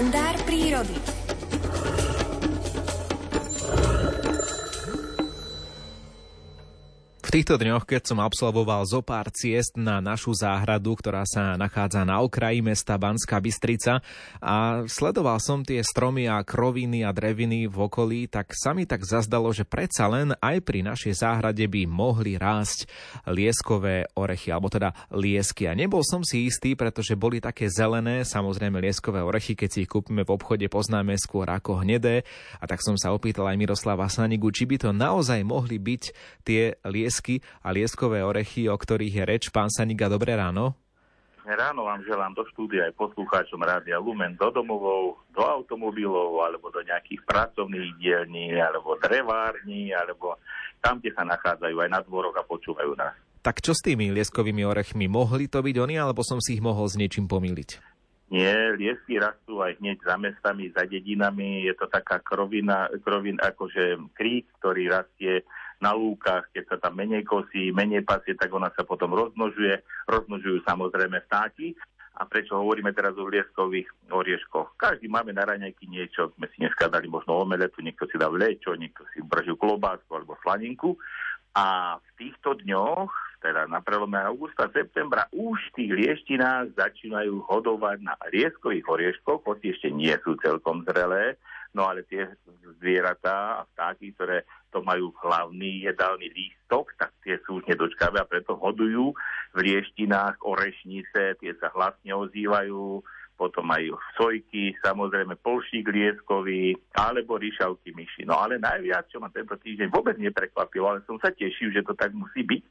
Kalendár prírody. V týchto dňoch, keď som absolvoval zo pár ciest na našu záhradu, ktorá sa nachádza na okraji mesta Banská Bystrica, a sledoval som tie stromy a kroviny a dreviny v okolí, tak sa mi tak zazdalo, že predsa len aj pri našej záhrade by mohli rásť lieskové orechy, alebo teda liesky. A nebol som si istý, pretože boli také zelené, samozrejme lieskové orechy, keď si ich kúpime v obchode, poznáme skôr ako hnedé. A tak som sa opýtal aj Miroslava Sanigu, či by to naozaj mohli byť tie liesky a lieskové orechy, o ktorých je reč. Pán Saniga, dobré ráno. Ráno vám želám do štúdia aj poslucháčom Rádia Lumen, do domovov, do automobilov, alebo do nejakých pracovných dielní, alebo drevární, alebo tam, kde sa nachádzajú aj na dvoroch a počúvajú nás. Tak čo s tými lieskovými orechmi? Mohli to byť oni, alebo som si ich mohol s niečím pomýliť? Nie, liesky rastú aj hneď za mestami, za dedinami. Je to taká krovin, akože krík, ktorý rastie na lúkach, keď sa tam menej kosí, menej pasie, tak ona sa potom rozmnožuje. Rozmnožujú samozrejme vtáky. A prečo hovoríme teraz o lieskových orieškoch? Každý máme na raňajky niečo. My si dneska dali možno omeletu, niekto si dá vlečo, niekto si bržú klobásku alebo slaninku. A v týchto dňoch, teda na prelome augusta, septembra, už v tých lieštinách začínajú hodovať na lieskových orieškoch, hoci ešte nie sú celkom zrelé, no ale tie zvieratá a vtáky, ktoré to majú hlavný jedálny lístok, tak tie sú už nedočkavé a preto hodujú v lieštinách orešnice, tie sa hlasne ozývajú, potom aj sojky, samozrejme polšík lieskový, alebo ryšavky myši. No ale najviac, čo ma tento týždeň vôbec neprekvapilo, ale som sa tešil, že to tak musí byť,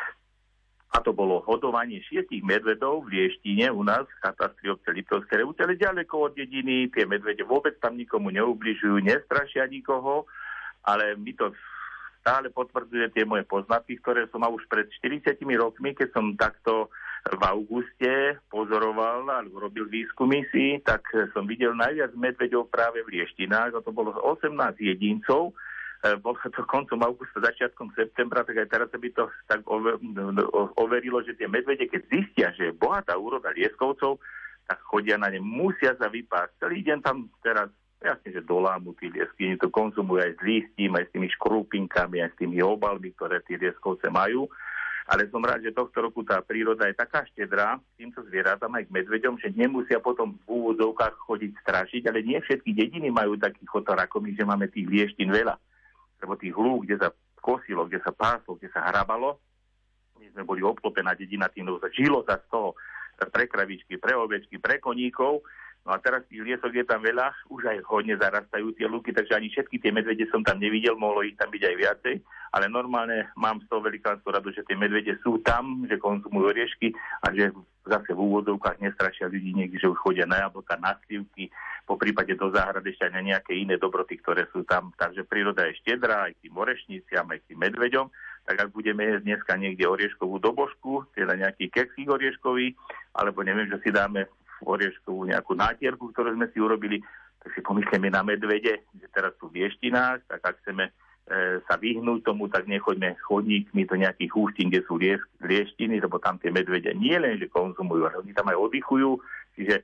a to bolo hodovanie 6 medvedov v Lieštine u nás v katastri obce Liptovské Revúce, ale ďaleko od dediny. Tie medvede vôbec tam nikomu neubližujú, nestrašia nikoho, ale mi to stále potvrdzuje tie moje poznatky, ktoré som mal už pred 40 rokmi, keď som takto v auguste pozoroval alebo robil výskumy si, tak som videl najviac medveďov práve v Lieštinách, a to bolo 18 jedincov. Bolo to koncom augusta, začiatkom septembra, tak aj teraz sa by to tak overilo, že tie medvede, keď zistia, že je bohatá úroda lieskovcov, tak chodia na ne, musia sa vypásť. Celý deň tam teraz, jasne, že dolámu tí liesky, oni to konzumujú aj s listím, aj s tými škrupinkami, aj s tými obalmi, ktoré tí lieskovce majú. Ale som rád, že tohto roku tá príroda je taká štedrá týmto zvieratám aj k medveďom, že nemusia potom v úvodzovkách chodiť strašiť, ale nie všetky dediny majú takých chotorakomí, že máme tých lieštín veľa. Lebo tých lúk, kde sa kosilo, kde sa páslo, kde sa hrabalo, my sme boli obklopená dedina tým, žilo sa z toho pre kravičky, pre ovečky, pre koníkov. No a teraz tých liesok je tam veľa, už aj hodne zarastajú tie lúky, takže ani všetky tie medvede som tam nevidel, mohlo ich tam byť aj viacej, ale normálne mám z toho velikánsku radosť, že tie medvede sú tam, že konzumujú oriešky a že zase v úvodzovkách nestrašia ľudí niekde, že už chodia na jablka, na slivky, po prípade do záhrady ešte aj na nejaké iné dobroty, ktoré sú tam. Takže príroda je štedrá aj k tým orešniciam, aj k tým medveďom. Tak ak budeme jesť dneska niekde orieškovú dobožku, teda nejaký keksík orieškový, alebo neviem, že si dáme orieškovú nejakú nátierku, ktorú sme si urobili, tak si pomyslíme na medvede, že teraz sú v Lieštinách, tak ak chceme sa vyhnúť tomu, tak nechoďme chodníkmi do nejakých ústín, kde sú lieštiny, lebo tam tie medvede nie len, že konzumujú, ale oni tam aj oddychujú, čiže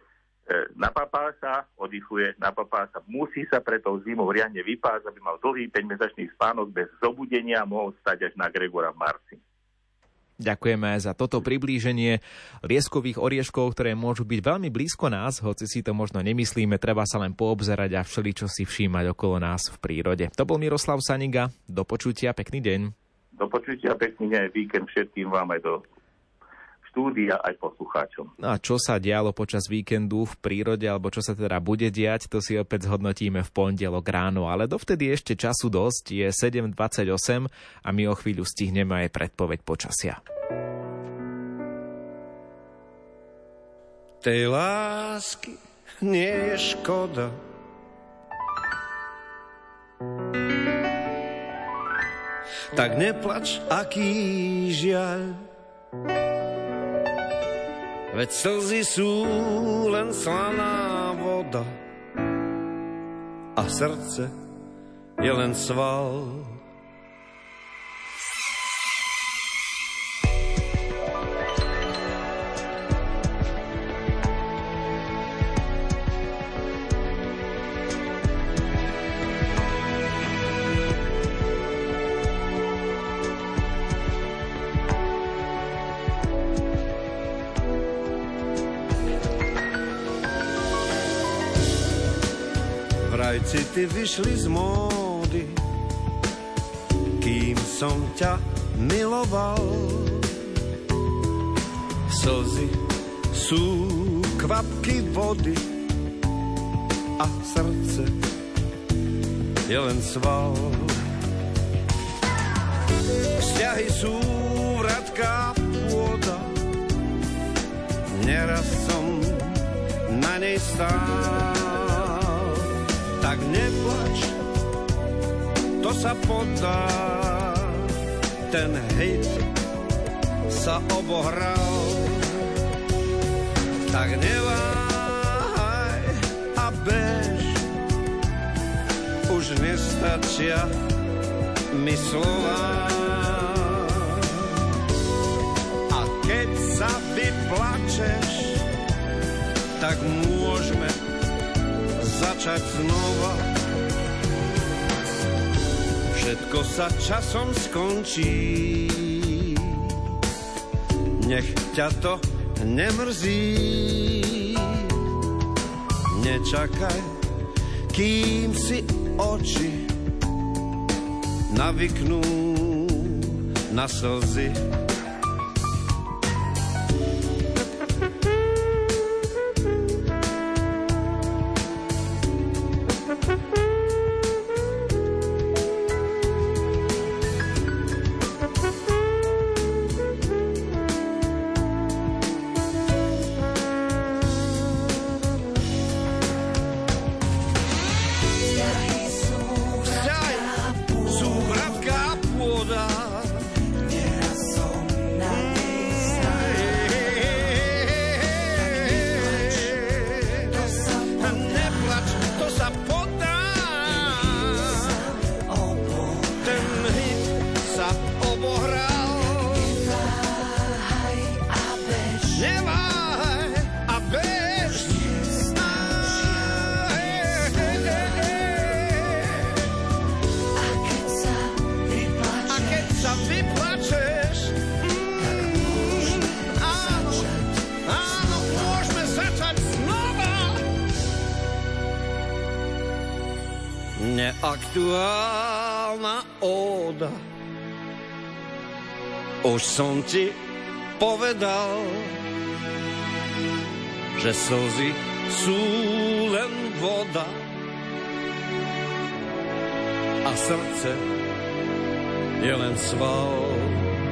napapá sa, oddychuje, napapá sa, musí sa pre tou zimou riadne vypásť, aby mal dlhý 5-mesačný spánok bez zobudenia a mohol stať až na Gregora v marci. Ďakujeme aj za toto priblíženie lieskových orieškov, ktoré môžu byť veľmi blízko nás, hoci si to možno nemyslíme, treba sa len poobzerať a všeličo si všímať okolo nás v prírode. To bol Miroslav Saniga, do počutia, pekný deň. Do počutia, pekný deň, víkend všetkým vám aj do štúdia aj poslucháčom. No a čo sa dialo počas víkendu v prírode, alebo čo sa teda bude diať, to si opäť zhodnotíme v pondelok ráno, ale dovtedy ešte času dosť, je 7:28 a my o chvíľu stihneme aj predpoveď počasia. Tej lásky nie je škoda, tak neplač, aký žiaľ. Veď slzy sú len slaná voda a srdce je len sval. Aj city vyšli z módy, kým som ťa miloval. Slzy sú kvapky vody a srdce je len sval. Vzťahy sú vratká pôda, neraz som na nej stál. Tak neplač, to sa podá, ten hejt sa obohral. Tak neváhaj a bež, už nestačia mi slová. A keď sa vyplačeš, tak môžeme začať znova. Všetko sa časom skončí, nech ťa to nemrzí. Nečakaj, kým si oči navyknú na slzy. Neaktuálna óda, už som ti povedal, že slzy sú len voda a srdce je len sval.